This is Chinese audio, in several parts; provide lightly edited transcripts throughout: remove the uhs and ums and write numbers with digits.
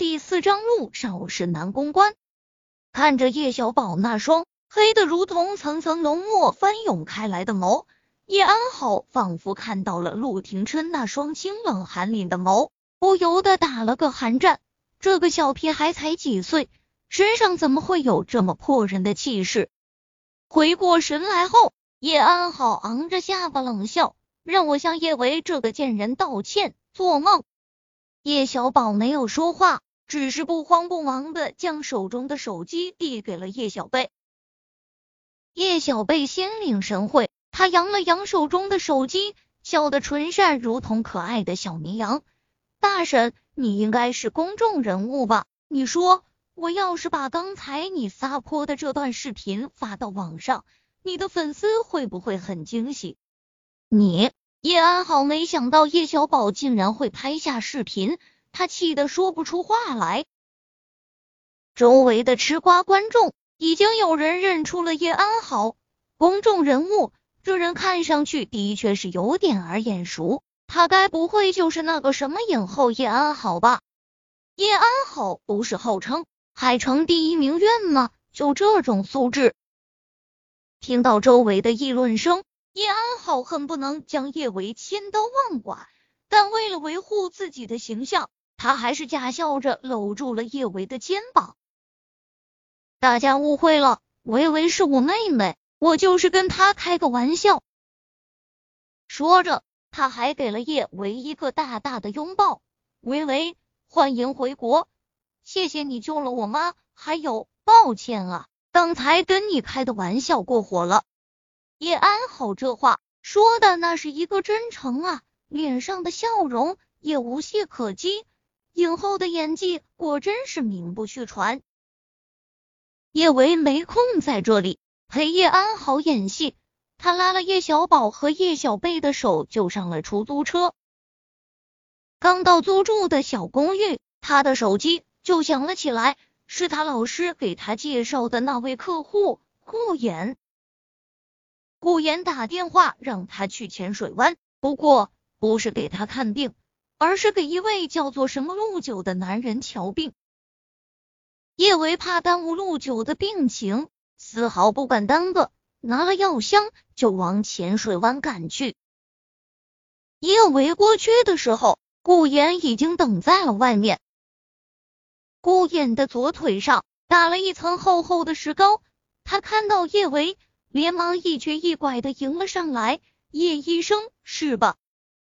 第4章陆少是男公关。看着叶小宝那双黑得如同层层浓墨翻涌开来的眸，叶安好仿佛看到了陆廷琛那双清冷寒凛的眸，不由得打了个寒战。这个小屁孩才几岁，身上怎么会有这么迫人的气势？回过神来后，叶安好昂着下巴冷笑，让我向叶维这个贱人道歉，做梦。叶小宝没有说话，只是不慌不忙地将手中的手机递给了叶小贝。叶小贝心领神会，他扬了扬手中的手机，笑得纯善如同可爱的小绵羊。大婶，你应该是公众人物吧？你说我要是把刚才你撒泼的这段视频发到网上，你的粉丝会不会很惊喜？叶安好没想到叶小宝竟然会拍下视频，他气得说不出话来。周围的吃瓜观众已经有人认出了叶安好，公众人物，这人看上去的确是有点儿眼熟，他该不会就是那个什么影后叶安好吧？叶安好不是号称海城第1名媛吗？就这种素质。听到周围的议论声，叶安好恨不能将叶维千刀万剐，但为了维护自己的形象，他还是假笑着搂住了叶维的肩膀。大家误会了，维维是我妹妹，我就是跟她开个玩笑。说着，他还给了叶维一个大大的拥抱。维维，欢迎回国，谢谢你救了我妈，还有抱歉啊，刚才跟你开的玩笑过火了。叶安好这话说的那是一个真诚啊，脸上的笑容也无懈可击，影后的演技果真是名不虚传。叶维没空在这里陪叶安好演戏，他拉了叶小宝和叶小贝的手就上了出租车。刚到租住的小公寓，他的手机就响了起来，是他老师给他介绍的那位客户顾妍。顾妍打电话让他去浅水湾，不过不是给他看病，而是给一位叫做什么陆九的男人瞧病。叶维怕耽误陆九的病情，丝毫不敢耽搁，拿了药箱就往浅水湾赶去。叶维过去的时候，顾妍已经等在了外面。顾妍的左腿上打了一层厚厚的石膏，他看到叶维连忙一瘸一拐的迎了上来，叶医生是吧？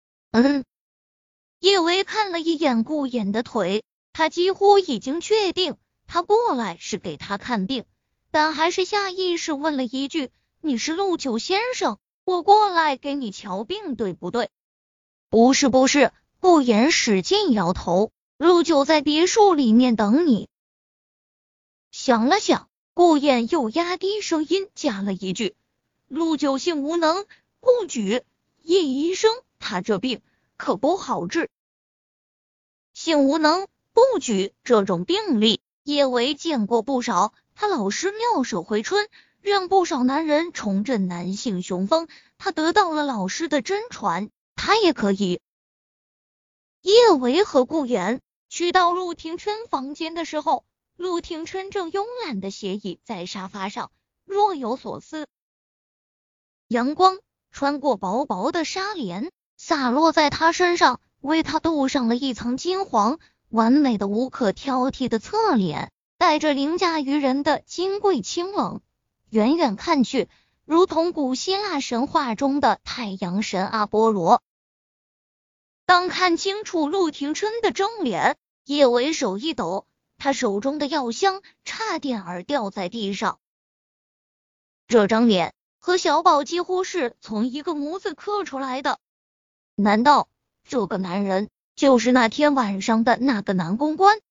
叶维看了一眼顾妍的腿，他几乎已经确定他过来是给他看病，但还是下意识问了一句，你是陆九先生，我过来给你瞧病对不对？不是，顾妍使劲摇头，陆九在别墅里面等你。想了想，顾妍又压低声音加了一句，陆九性无能，不举，叶医生他这病可不好治。性无能不举这种病例叶维见过不少，他老师妙手回春，让不少男人重振男性雄风，他得到了老师的真传，他也可以。叶维和顾妍去到陆廷琛房间的时候，陆廷琛正慵懒的斜倚在沙发上，若有所思。阳光穿过薄薄的纱帘，洒落在他身上，为他镀上了一层金黄，完美的无可挑剔的侧脸，带着凌驾于人的金贵清冷，远远看去如同古希腊神话中的太阳神阿波罗。当看清楚陆廷琛的正脸，叶维手一抖，他手中的药箱差点儿掉在地上。这张脸和小宝几乎是从一个模子刻出来的，难道这个男人就是那天晚上的那个男公关？